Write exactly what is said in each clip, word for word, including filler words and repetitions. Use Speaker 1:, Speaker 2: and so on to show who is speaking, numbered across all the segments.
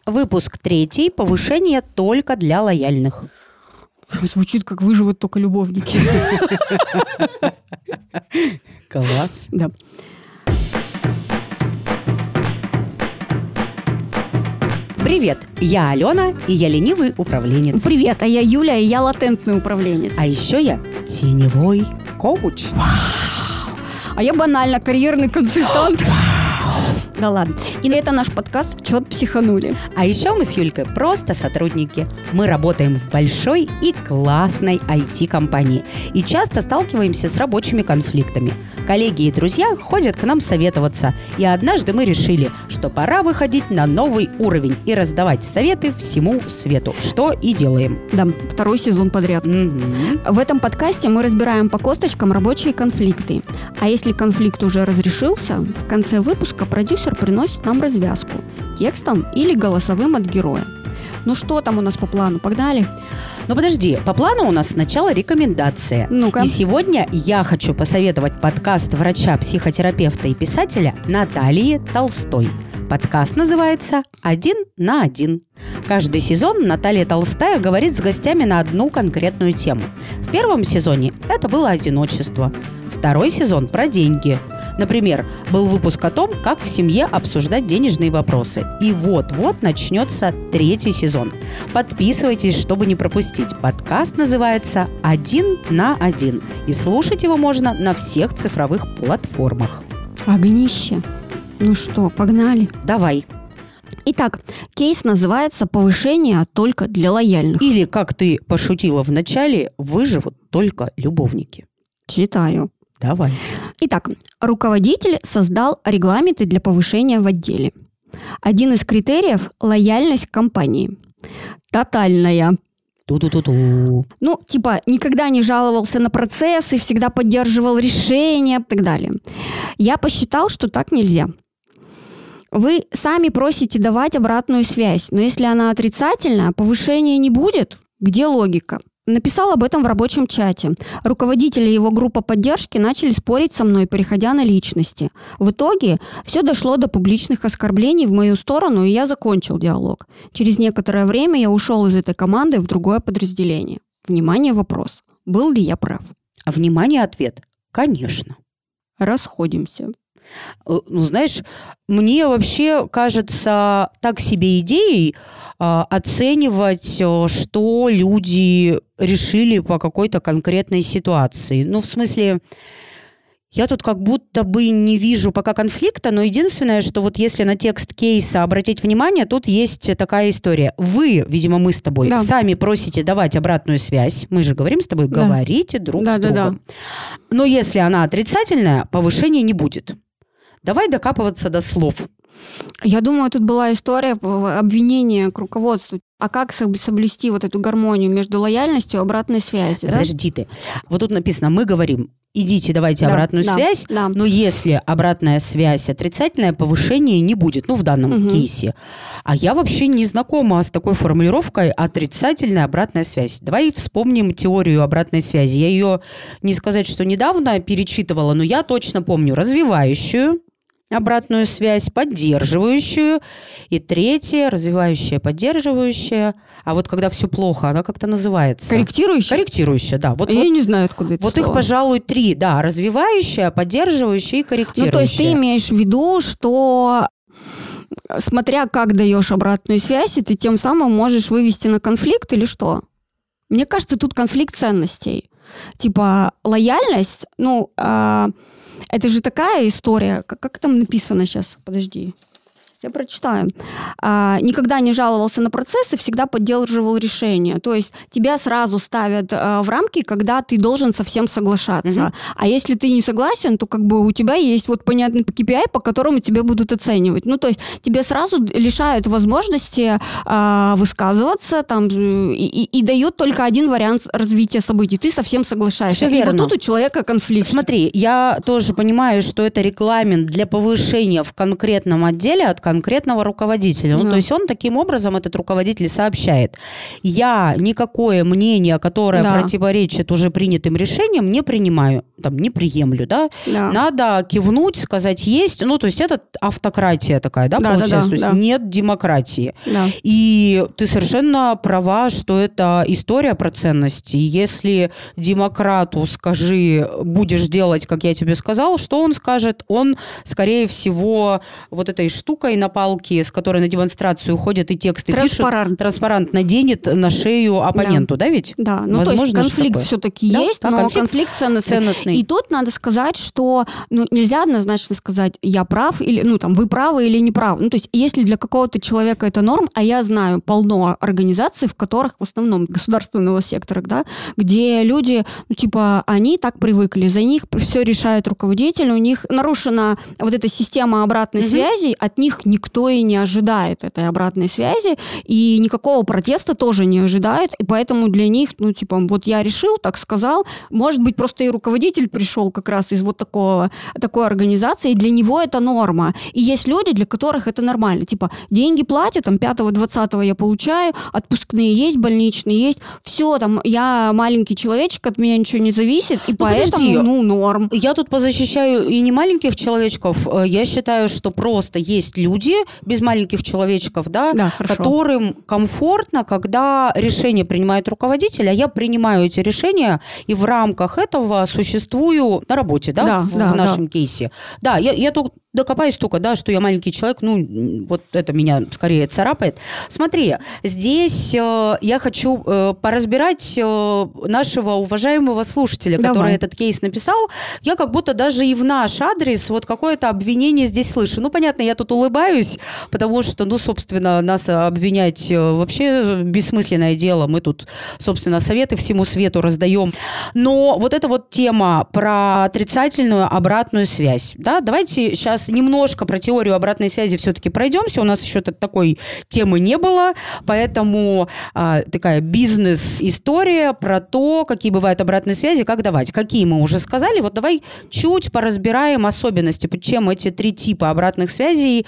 Speaker 1: Выпуск третий. Повышение только для лояльных.
Speaker 2: Звучит, как выживут только любовники.
Speaker 1: Класс.
Speaker 2: Да.
Speaker 1: Привет, я Алена, и я ленивый управленец.
Speaker 2: Привет, а я Юля, и я латентный управленец.
Speaker 1: А еще я теневой коуч.
Speaker 2: Вау. А я банально карьерный консультант. Да ладно. И это наш подкаст «Чё-то психанули».
Speaker 1: А еще мы с Юлькой просто сотрудники. Мы работаем в большой и классной ай ти-компании и часто сталкиваемся с рабочими конфликтами. Коллеги и друзья ходят к нам советоваться. И однажды мы решили, что пора выходить на новый уровень и раздавать советы всему свету. Что и делаем.
Speaker 2: Да, второй сезон подряд.
Speaker 1: Mm-hmm.
Speaker 2: В этом подкасте мы разбираем по косточкам рабочие конфликты. А если конфликт уже разрешился, в конце выпуска продюсер приносит нам развязку текстом или голосовым от героя. Ну что там у нас по плану? Погнали?
Speaker 1: Но подожди, по плану у нас сначала рекомендация.
Speaker 2: Ну-ка.
Speaker 1: И сегодня я хочу посоветовать подкаст врача, психотерапевта и писателя Натальи Толстой. Подкаст называется «Один на один». Каждый сезон Наталья Толстая говорит с гостями на одну конкретную тему. В первом сезоне это было одиночество. Второй сезон про деньги. Например, был выпуск о том, как в семье обсуждать денежные вопросы. И вот-вот начнется третий сезон. Подписывайтесь, чтобы не пропустить. Подкаст называется «Один на один». И слушать его можно на всех цифровых платформах.
Speaker 2: Огнище. Ну что, погнали?
Speaker 1: Давай.
Speaker 2: Итак, кейс называется «Повышение только для лояльных».
Speaker 1: Или, как ты пошутила в начале, выживут только любовники.
Speaker 2: Читаю.
Speaker 1: Давай.
Speaker 2: Итак, руководитель создал регламенты для повышения в отделе. Один из критериев – лояльность к компании. Тотальная.
Speaker 1: Ту-ту-ту-ту.
Speaker 2: Ну, типа, никогда не жаловался на процессы, всегда поддерживал решения и так далее. Я посчитал, что так нельзя. Вы сами просите давать обратную связь, но если она отрицательная, повышения не будет. Где логика? Написал об этом в рабочем чате. Руководители и его группа поддержки начали спорить со мной, переходя на личности. В итоге все дошло до публичных оскорблений в мою сторону, и я закончил диалог. Через некоторое время я ушел из этой команды в другое подразделение. Внимание, вопрос. Был ли я прав?
Speaker 1: А внимание, ответ. Конечно.
Speaker 2: Расходимся.
Speaker 1: Ну, знаешь, мне вообще кажется так себе идеей э, оценивать, э, что люди решили по какой-то конкретной ситуации. Ну, в смысле, я тут как будто бы не вижу пока конфликта, но единственное, что вот если на текст кейса обратить внимание, тут есть такая история. Вы, видимо, мы с тобой, да. сами просите давать обратную связь. Мы же говорим с тобой, да. говорите друг да, с другом. Да, да. Но если она отрицательная, повышения не будет. Давай докапываться до слов.
Speaker 2: Я думаю, тут была история обвинения к руководству. А как соблюсти вот эту гармонию между лояльностью и обратной связью?
Speaker 1: Подожди
Speaker 2: да?
Speaker 1: ты. Вот тут написано, мы говорим, идите, давайте да, обратную да, связь,
Speaker 2: да.
Speaker 1: но если обратная связь отрицательная, повышения не будет, ну, в данном угу. кейсе. А я вообще не знакома с такой формулировкой отрицательная обратная связь. Давай вспомним теорию обратной связи. Я ее, не сказать, что недавно перечитывала, но я точно помню развивающую обратную связь, поддерживающую, и третье, развивающая, поддерживающая. А вот когда все плохо, она как-то называется.
Speaker 2: Корректирующая?
Speaker 1: Корректирующая, да. Вот,
Speaker 2: я
Speaker 1: вот,
Speaker 2: не знаю, откуда это
Speaker 1: Вот
Speaker 2: слово.
Speaker 1: их, пожалуй, три, да. Развивающая, поддерживающая и корректирующая.
Speaker 2: Ну, то есть ты имеешь в виду, что смотря как даешь обратную связь, ты тем самым можешь вывести на конфликт или что? Мне кажется, тут конфликт ценностей. Типа лояльность, ну... А... Это же такая история, как, как там написано сейчас? Подожди. Я прочитаю. А, никогда не жаловался на процессы, всегда поддерживал решения. То есть тебя сразу ставят а, в рамки, когда ты должен со всем соглашаться. Угу. А если ты не согласен, то как бы у тебя есть вот понятный кей пи ай, по которому тебя будут оценивать. Ну, то есть тебе сразу лишают возможности а, высказываться там, и, и, и дают только один вариант развития событий. Ты со всем соглашаешься.
Speaker 1: Все
Speaker 2: и
Speaker 1: верно.
Speaker 2: вот тут у человека конфликт.
Speaker 1: Смотри, я тоже понимаю, что это регламент для повышения в конкретном отделе от конкретного конкретного руководителя. Ну,
Speaker 2: Да.
Speaker 1: то есть он таким образом, этот руководитель, сообщает: я никакое мнение, которое
Speaker 2: Да.
Speaker 1: противоречит уже принятым решениям, не принимаю, там, не приемлю, да?
Speaker 2: Да.
Speaker 1: Надо кивнуть, сказать есть. Ну, то есть это автократия такая, да,
Speaker 2: Да,
Speaker 1: получается?
Speaker 2: да, да,
Speaker 1: то есть
Speaker 2: да.
Speaker 1: нет демократии.
Speaker 2: Да.
Speaker 1: И ты совершенно права, что это история про ценности. Если демократу скажи, будешь делать, как я тебе сказал, что он скажет? Он, скорее всего, вот этой штукой на палке, с которой на демонстрацию ходят и тексты
Speaker 2: Транспарант.
Speaker 1: пишут, транспарант наденет на шею оппоненту, да, ведь?
Speaker 2: Да, ну то есть
Speaker 1: Возможно же
Speaker 2: конфликт
Speaker 1: такое?
Speaker 2: все-таки
Speaker 1: Да,
Speaker 2: есть,
Speaker 1: да,
Speaker 2: но
Speaker 1: конфликт
Speaker 2: конфликт, ценностный.
Speaker 1: ценностный.
Speaker 2: И тут надо сказать, что ну, нельзя однозначно сказать, я прав, или, ну там, вы правы или не правы. Ну то есть если для какого-то человека это норм, а я знаю полно организаций, в которых, в основном государственного сектора, да, где люди, ну типа, они так привыкли, за них все решает руководитель, у них нарушена вот эта система обратной
Speaker 1: Мгм.
Speaker 2: связи, от них никто и не ожидает этой обратной связи, и никакого протеста тоже не ожидают, и поэтому для них, ну, типа, вот я решил, так сказал, может быть, просто и руководитель пришел как раз из вот такого, такой организации, и для него это норма. И есть люди, для которых это нормально, типа, деньги платят, там, пятого-двадцатого я получаю, отпускные есть, больничные есть, все, там, я маленький человечек, от меня ничего не зависит, и поэтому,
Speaker 1: подожди.
Speaker 2: ну, норм.
Speaker 1: Я тут позащищаю и не маленьких человечков. Э, Я считаю, что просто есть люди без маленьких человечков, да,
Speaker 2: Да, хорошо.
Speaker 1: которым комфортно, когда решение принимает руководитель, а я принимаю эти решения и в рамках этого существую на работе, да,
Speaker 2: Да,
Speaker 1: в,
Speaker 2: да,
Speaker 1: в нашем кейсе. Да, я, я тут докопаюсь только, да, что я маленький человек, ну, вот это меня скорее царапает. Смотри, здесь э, я хочу э, поразбирать э, нашего уважаемого слушателя,
Speaker 2: Давай.
Speaker 1: который этот кейс написал. Я как будто даже и в наш адрес вот какое-то обвинение здесь слышу. Ну, понятно, я тут улыбаюсь, потому что, ну, собственно, нас обвинять э, вообще бессмысленное дело. Мы тут, собственно, советы всему свету раздаем. Но вот эта вот тема про отрицательную обратную связь, да, давайте сейчас немножко про теорию обратной связи все-таки пройдемся. У нас еще такой темы не было, поэтому а, такая бизнес-история про то, какие бывают обратные связи, как давать. Какие мы уже сказали. Вот давай чуть поразбираем особенности, чем эти три типа обратных связей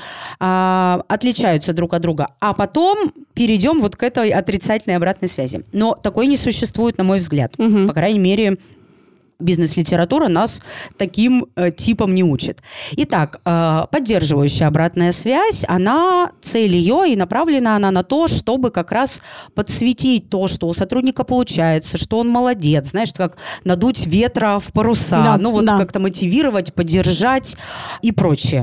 Speaker 1: а, отличаются друг от друга. А потом перейдем вот к этой отрицательной обратной связи. Но такой не существует, на мой взгляд.
Speaker 2: Угу.
Speaker 1: По крайней мере, бизнес-литература нас таким э, типом не учит. Итак, э, поддерживающая обратная связь, она, цель ее и направлена она на то, чтобы как раз подсветить то, что у сотрудника получается, что он молодец, знаешь, как надуть ветра в паруса,
Speaker 2: Да,
Speaker 1: ну вот
Speaker 2: да.
Speaker 1: как-то мотивировать, поддержать и прочее.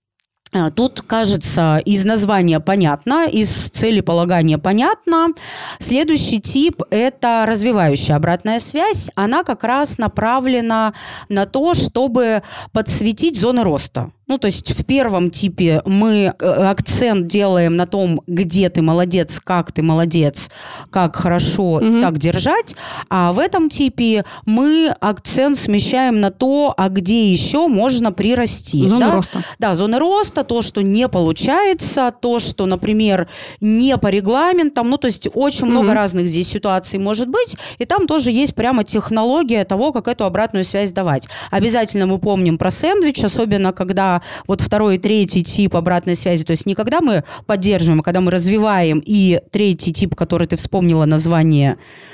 Speaker 1: Тут, кажется, из названия понятно, из целеполагания понятно. Следующий тип – это развивающая обратная связь. Она как раз направлена на то, чтобы подсветить зоны роста. Ну, то есть в первом типе мы акцент делаем на том, где ты молодец, как ты молодец, как хорошо
Speaker 2: Мгм.
Speaker 1: так держать. А в этом типе мы акцент смещаем на то, а где еще можно прирасти.
Speaker 2: Зона
Speaker 1: да?
Speaker 2: роста.
Speaker 1: Да, зоны роста, то, что не получается, то, что, например, не по регламентам. Ну, то есть очень
Speaker 2: Мгм.
Speaker 1: много разных здесь ситуаций может быть. И там тоже есть прямо технология того, как эту обратную связь давать. Обязательно мы помним про сэндвич, особенно когда вот второй и третий тип обратной связи, то есть не когда мы поддерживаем, а когда мы развиваем, и третий тип, который ты вспомнила название,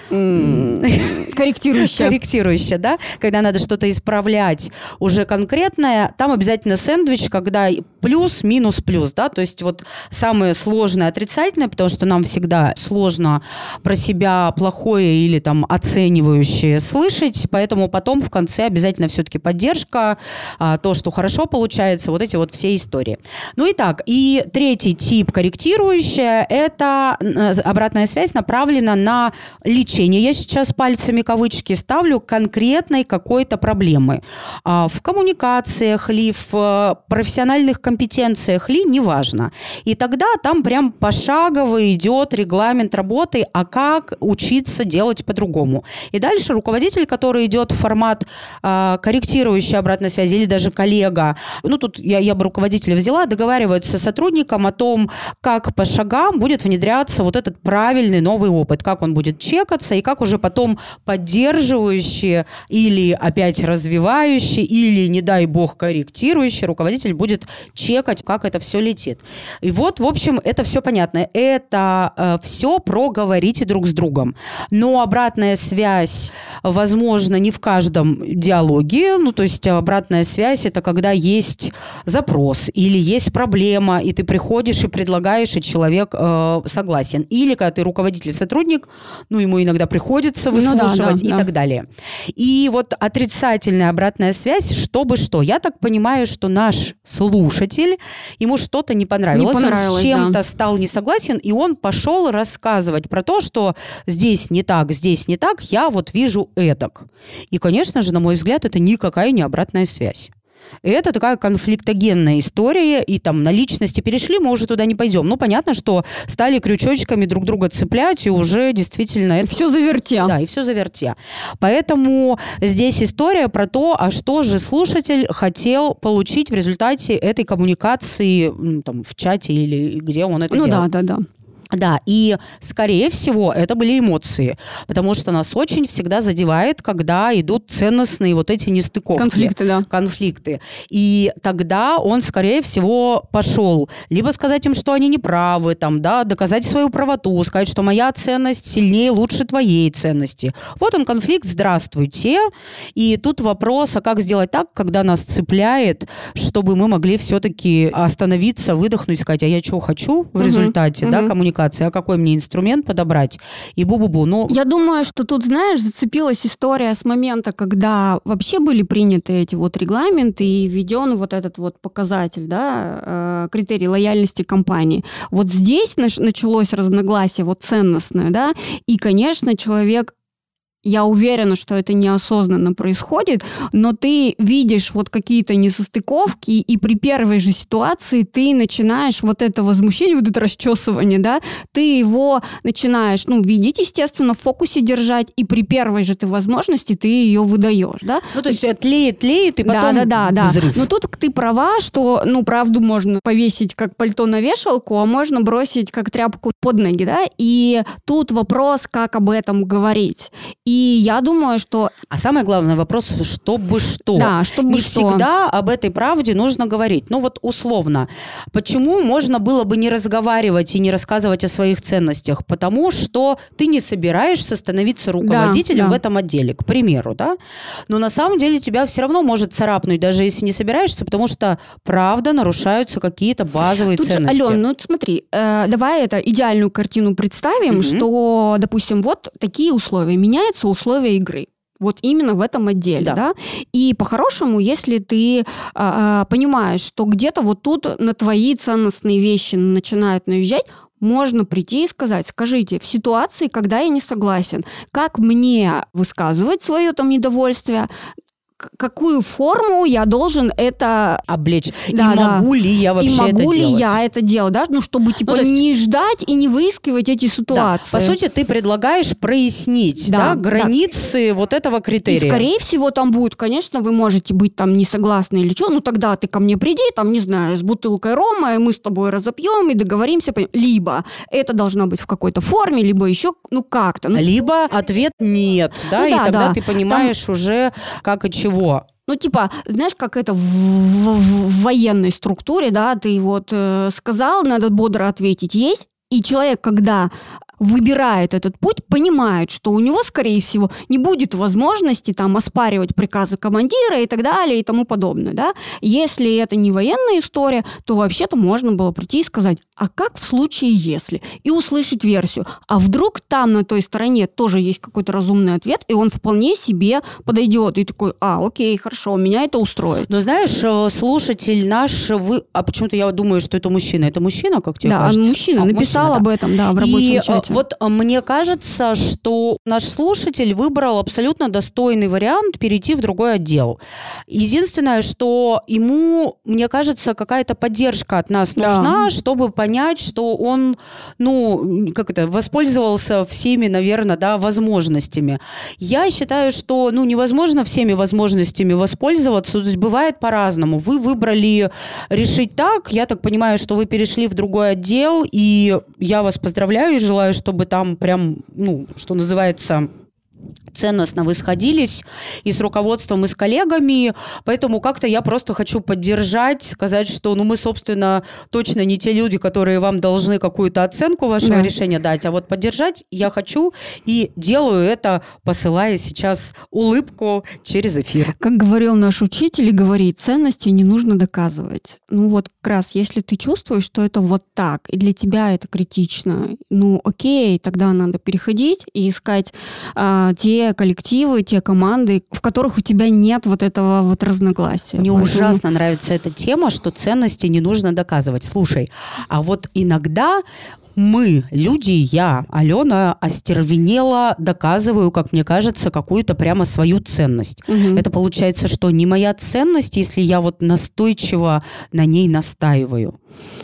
Speaker 2: Корректирующая.
Speaker 1: корректирующая, да, когда надо что-то исправлять уже конкретное, там обязательно сэндвич, когда плюс, минус, плюс, да, то есть вот самое сложное отрицательное, потому что нам всегда сложно про себя плохое или там оценивающее слышать, поэтому потом в конце обязательно все-таки поддержка, а, то, что хорошо получается, вот эти вот все истории. Ну и так, и третий тип корректирующая, это э, обратная связь направлена на лечение. Я сейчас пальцами кавычки ставлю конкретной какой-то проблемы. А, в коммуникациях ли, в профессиональных компетенциях ли, неважно. И тогда там прям пошагово идет регламент работы, а как учиться делать по-другому. И дальше руководитель, который идет в формат а, корректирующей обратной связи или даже коллега, ну ну тут я, я бы руководителя взяла, договариваются с сотрудником о том, как по шагам будет внедряться вот этот правильный новый опыт, как он будет чекаться, и как уже потом поддерживающий или опять развивающий, или, не дай бог, корректирующий руководитель будет чекать, как это все летит. И вот, в общем, это все понятно. Это э, все про говорите друг с другом. Но обратная связь, возможно, не в каждом диалоге. Ну, то есть обратная связь – это когда есть запрос или есть проблема, и ты приходишь и предлагаешь, и человек э, согласен. Или когда ты руководитель-сотрудник, ну, ему иногда приходится выслушивать, ну, да, да, и да. так далее. И вот отрицательная обратная связь, чтобы что. Я так понимаю, что наш слушатель, ему что-то не понравилось,
Speaker 2: не
Speaker 1: он с чем-то
Speaker 2: да.
Speaker 1: стал не согласен, и он пошел рассказывать про то, что здесь не так, здесь не так, я вот вижу эдак. И, конечно же, на мой взгляд, это никакая не обратная связь. Это такая конфликтогенная история, и там на личности перешли, мы уже туда не пойдем. Ну, понятно, что стали крючочками друг друга цеплять, и уже действительно... Это...
Speaker 2: Все завертя.
Speaker 1: Да, и все завертя. Поэтому здесь история про то, а что же слушатель хотел получить в результате этой коммуникации там, в чате или где он это
Speaker 2: ну,
Speaker 1: делал.
Speaker 2: Ну да, да, да.
Speaker 1: Да, и, скорее всего, это были эмоции, потому что нас очень всегда задевает, когда идут ценностные вот эти нестыковки.
Speaker 2: Конфликты, да.
Speaker 1: Конфликты. И тогда он, скорее всего, пошел либо сказать им, что они неправы, там, да, доказать свою правоту, сказать, что моя ценность сильнее, лучше твоей ценности. Вот он конфликт, здравствуйте. И тут вопрос, а как сделать так, когда нас цепляет, чтобы мы могли все-таки остановиться, выдохнуть, сказать, а я что хочу в результате, uh-huh, да, uh-huh. коммуникации, а какой мне инструмент подобрать, и бу-бу-бу. Ну...
Speaker 2: Я думаю, что тут, знаешь, зацепилась история с момента, когда вообще были приняты эти вот регламенты и введен вот этот вот показатель, да, критерий лояльности компании. Вот здесь началось разногласие вот ценностное, да, и, конечно, человек... Я уверена, что это неосознанно происходит, но ты видишь вот какие-то несостыковки, и при первой же ситуации ты начинаешь вот это возмущение, вот это расчесывание, да, ты его начинаешь, ну, видеть, естественно, в фокусе держать, и при первой же ты возможности ты ее выдаешь, да.
Speaker 1: Ну, то есть тлеет, тлеет, и потом
Speaker 2: да, да, да,
Speaker 1: взрыв.
Speaker 2: Да. Но тут ты права, что, ну, правду можно повесить как пальто на вешалку, а можно бросить как тряпку под ноги, да, и тут вопрос, как об этом говорить. И И я думаю, что...
Speaker 1: А самый главный вопрос, чтобы что?
Speaker 2: Да, чтобы
Speaker 1: не
Speaker 2: что.
Speaker 1: Не всегда об этой правде нужно говорить. Ну вот условно. Почему можно было бы не разговаривать и не рассказывать о своих ценностях? Потому что ты не собираешься становиться руководителем
Speaker 2: да, да.
Speaker 1: в этом отделе, к примеру, да? Но на самом деле тебя все равно может царапнуть, даже если не собираешься, потому что, правда, нарушаются какие-то базовые
Speaker 2: Тут
Speaker 1: ценности.
Speaker 2: Же, Ален, ну смотри, э, давай это идеальную картину представим, mm-hmm. что, допустим, вот такие условия. Меняются условия игры. Вот именно в этом отделе, да. да? И по-хорошему, если ты э, понимаешь, что где-то вот тут на твои ценностные вещи начинают наезжать, можно прийти и сказать, скажите, в ситуации, когда я не согласен, как мне высказывать свое там недовольствие, какую форму я должен это...
Speaker 1: облечь.
Speaker 2: Да,
Speaker 1: и
Speaker 2: да.
Speaker 1: могу ли я вообще это делать?
Speaker 2: И могу ли я это делать, да? Ну, чтобы, типа, ну, есть... не ждать и не выискивать эти ситуации.
Speaker 1: Да. По сути, ты предлагаешь прояснить, да, да, границы да. вот этого критерия.
Speaker 2: И, скорее всего, там будет, конечно, вы можете быть там не согласны или что, ну, тогда ты ко мне приди, там, не знаю, с бутылкой рома, и мы с тобой разопьем и договоримся. Либо это должно быть в какой-то форме, либо еще, ну, как-то. Ну...
Speaker 1: Либо ответ нет, да, ну, да и тогда да. ты понимаешь там... уже, как и чего.
Speaker 2: Ну, типа, знаешь, как это в, в, в военной структуре, да, ты вот э, сказал, надо бодро ответить, есть, и человек, когда выбирает этот путь, понимает, что у него, скорее всего, не будет возможности там оспаривать приказы командира и так далее и тому подобное, да. Если это не военная история, то вообще-то можно было прийти и сказать, а как в случае если? И услышать версию. А вдруг там на той стороне тоже есть какой-то разумный ответ, и он вполне себе подойдет. И такой, а, окей, хорошо, меня это устроит.
Speaker 1: Но знаешь, слушатель наш, вы... а почему-то я думаю, что это мужчина. Это мужчина, как тебе
Speaker 2: да,
Speaker 1: кажется?
Speaker 2: Да, мужчина. А, написал мужчина, об да. этом, да, в рабочем
Speaker 1: и
Speaker 2: чате.
Speaker 1: Вот мне кажется, что наш слушатель выбрал абсолютно достойный вариант перейти в другой отдел. Единственное, что ему, мне кажется, какая-то поддержка от нас нужна, да. чтобы понять, что он, ну, как это, воспользовался всеми, наверное, да, возможностями. Я считаю, что, ну, невозможно всеми возможностями воспользоваться. То есть бывает по-разному. Вы выбрали решить так. Я так понимаю, что вы перешли в другой отдел, и я вас поздравляю и желаю, чтобы там прям, ну, что называется, ценностно вы сходились и с руководством, и с коллегами, поэтому как-то я просто хочу поддержать, сказать, что ну, мы, собственно, точно не те люди, которые вам должны какую-то оценку вашего да. решения дать, а вот поддержать я хочу и делаю это, посылая сейчас улыбку через эфир.
Speaker 2: Как говорил наш учитель и говорит, ценности не нужно доказывать. Ну вот как раз, если ты чувствуешь, что это вот так, и для тебя это критично, ну окей, тогда надо переходить и искать а, те коллективы, те команды, в которых у тебя нет вот этого вот разногласия.
Speaker 1: Мне
Speaker 2: Поэтому...
Speaker 1: ужасно нравится эта тема, что ценности не нужно доказывать. Слушай, а вот иногда мы, люди, я, Алена, остервенела, доказываю, как мне кажется, какую-то прямо свою ценность. Угу. Это получается, что не моя ценность, если я вот настойчиво на ней настаиваю.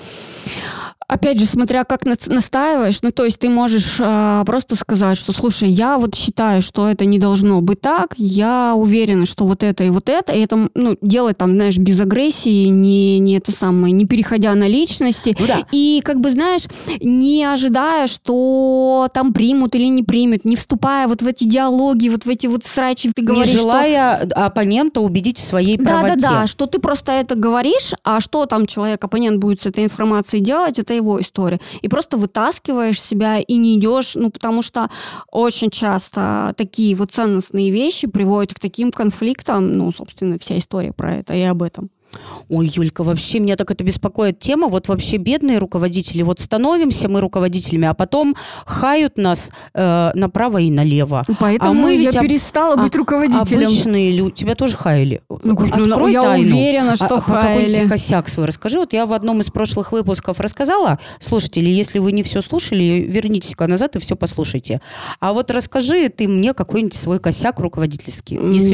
Speaker 2: Опять же, смотря как настаиваешь, ну, то есть ты можешь э, просто сказать, что, слушай, я вот считаю, что это не должно быть так, я уверена, что вот это и вот это, и это, ну, делать там, знаешь, без агрессии, не, не это самое, не переходя на личности,
Speaker 1: ну, да.
Speaker 2: и, как бы, знаешь, не ожидая, что там примут или не примут, не вступая вот в эти диалоги, вот в эти вот срачи, ты говоришь,
Speaker 1: не желая
Speaker 2: что...
Speaker 1: оппонента убедить в своей правоте.
Speaker 2: Да-да-да, что ты просто это говоришь, а что там человек, оппонент будет с этой информацией делать, это его история. И просто вытаскиваешь себя и не идешь, ну, потому что очень часто такие вот ценностные вещи приводят к таким конфликтам, ну, собственно, вся история про это и об этом.
Speaker 1: Ой, Юлька, вообще меня так это беспокоит тема. Вот вообще бедные руководители. Вот становимся мы руководителями, а потом хают нас э, направо и налево.
Speaker 2: Поэтому
Speaker 1: а мы
Speaker 2: я
Speaker 1: ведь
Speaker 2: перестала
Speaker 1: об...
Speaker 2: быть руководителем.
Speaker 1: Обычные люди. Тебя тоже хаяли?
Speaker 2: Ну, ну, я
Speaker 1: тайну.
Speaker 2: уверена, что
Speaker 1: а,
Speaker 2: хаяли.
Speaker 1: Какой-нибудь косяк свой расскажи. Вот я в одном из прошлых выпусков рассказала. Слушатели, если вы не все слушали, вернитесь-ка назад и все послушайте. А вот расскажи ты мне какой-нибудь свой косяк руководительский, если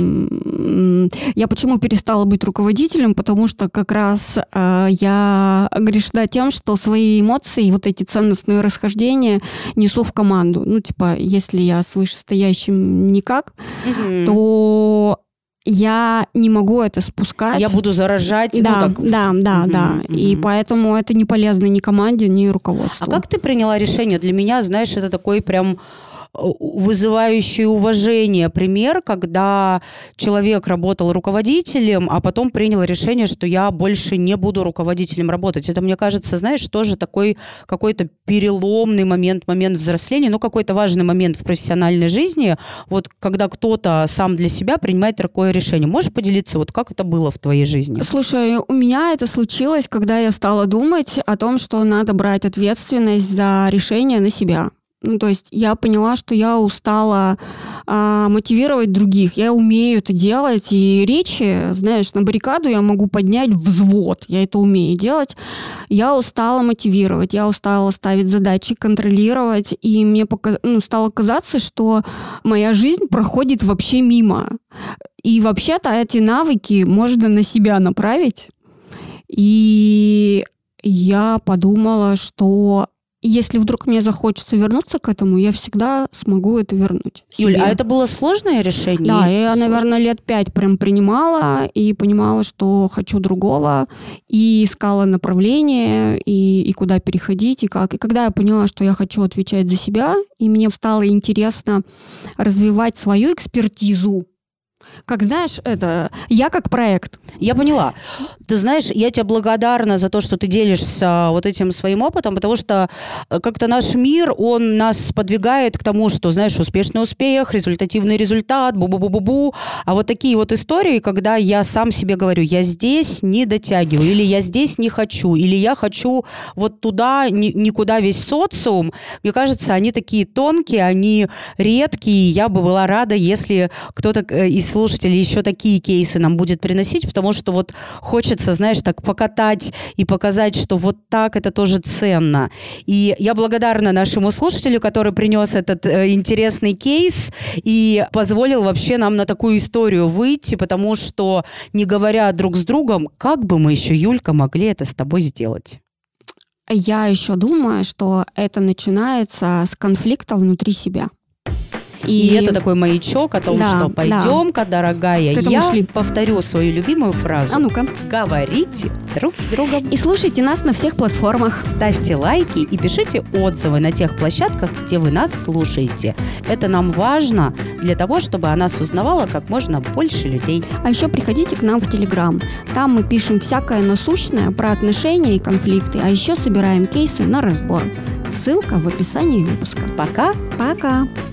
Speaker 1: можешь.
Speaker 2: Я почему перестала быть руководителем? Потому что как раз э, я грешна тем, что свои эмоции и вот эти ценностные расхождения несу в команду. Ну, типа, если я с вышестоящим никак, mm-hmm. то я не могу это спускать.
Speaker 1: Я буду заражать.
Speaker 2: Да,
Speaker 1: ну, так...
Speaker 2: да, да, mm-hmm. да. Mm-hmm. И поэтому это не полезно ни команде, ни руководству.
Speaker 1: А как ты приняла решение? Для меня, знаешь, это такой прям... вызывающий уважение пример, когда человек работал руководителем, а потом принял решение, что я больше не буду руководителем работать. Это, мне кажется, знаешь, тоже такой какой-то переломный момент, момент взросления, ну, какой-то важный момент в профессиональной жизни, вот когда кто-то сам для себя принимает такое решение. Можешь поделиться, вот как это было в твоей жизни?
Speaker 2: Слушай, у меня это случилось, когда я стала думать о том, что надо брать ответственность за решение на себя. Ну, то есть я поняла, что я устала а, мотивировать других. Я умею это делать. И речи, знаешь, на баррикаду я могу поднять взвод. Я это умею делать. Я устала мотивировать. Я устала ставить задачи, контролировать. И мне пока, ну, стало казаться, что моя жизнь проходит вообще мимо. И вообще-то эти навыки можно на себя направить. И я подумала, что... если вдруг мне захочется вернуться к этому, я всегда смогу это вернуть себе.
Speaker 1: Юль, а это было сложное решение?
Speaker 2: Да, я, Сложно. наверное, лет пять прям принимала и понимала, что хочу другого, и искала направление, и, и куда переходить, и как. И когда я поняла, что я хочу отвечать за себя, и мне стало интересно развивать свою экспертизу, как знаешь, это я как проект.
Speaker 1: Я поняла. Ты знаешь, я тебе благодарна за то, что ты делишься вот этим своим опытом, потому что как-то наш мир, он нас сподвигает к тому, что, знаешь, успешный успех, результативный результат, бу-бу-бу-бу-бу. А вот такие вот истории, когда я сам себе говорю, я здесь не дотягиваю, или я здесь не хочу, или я хочу вот туда, ни, никуда весь социум, мне кажется, они такие тонкие, они редкие. Я бы была рада, если кто-то из слушатель еще такие кейсы нам будет приносить, потому что вот хочется, знаешь, так покатать и показать, что вот так это тоже ценно. И я благодарна нашему слушателю, который принес этот э, интересный кейс и позволил вообще нам на такую историю выйти, потому что, не говоря друг с другом, как бы мы еще, Юлька, могли это с тобой сделать?
Speaker 2: Я еще думаю, что это начинается с конфликта внутри себя.
Speaker 1: И, и это такой маячок о том, да, что пойдем-ка, да. дорогая, я шли. повторю свою любимую фразу.
Speaker 2: А ну-ка.
Speaker 1: Говорите друг с другом.
Speaker 2: И слушайте нас на всех платформах.
Speaker 1: Ставьте лайки и пишите отзывы на тех площадках, где вы нас слушаете. Это нам важно для того, чтобы о нас узнавало как можно больше людей.
Speaker 2: А еще приходите к нам в Телеграм. Там мы пишем всякое насущное про отношения и конфликты, а еще собираем кейсы на разбор. Ссылка в описании выпуска.
Speaker 1: Пока.
Speaker 2: Пока.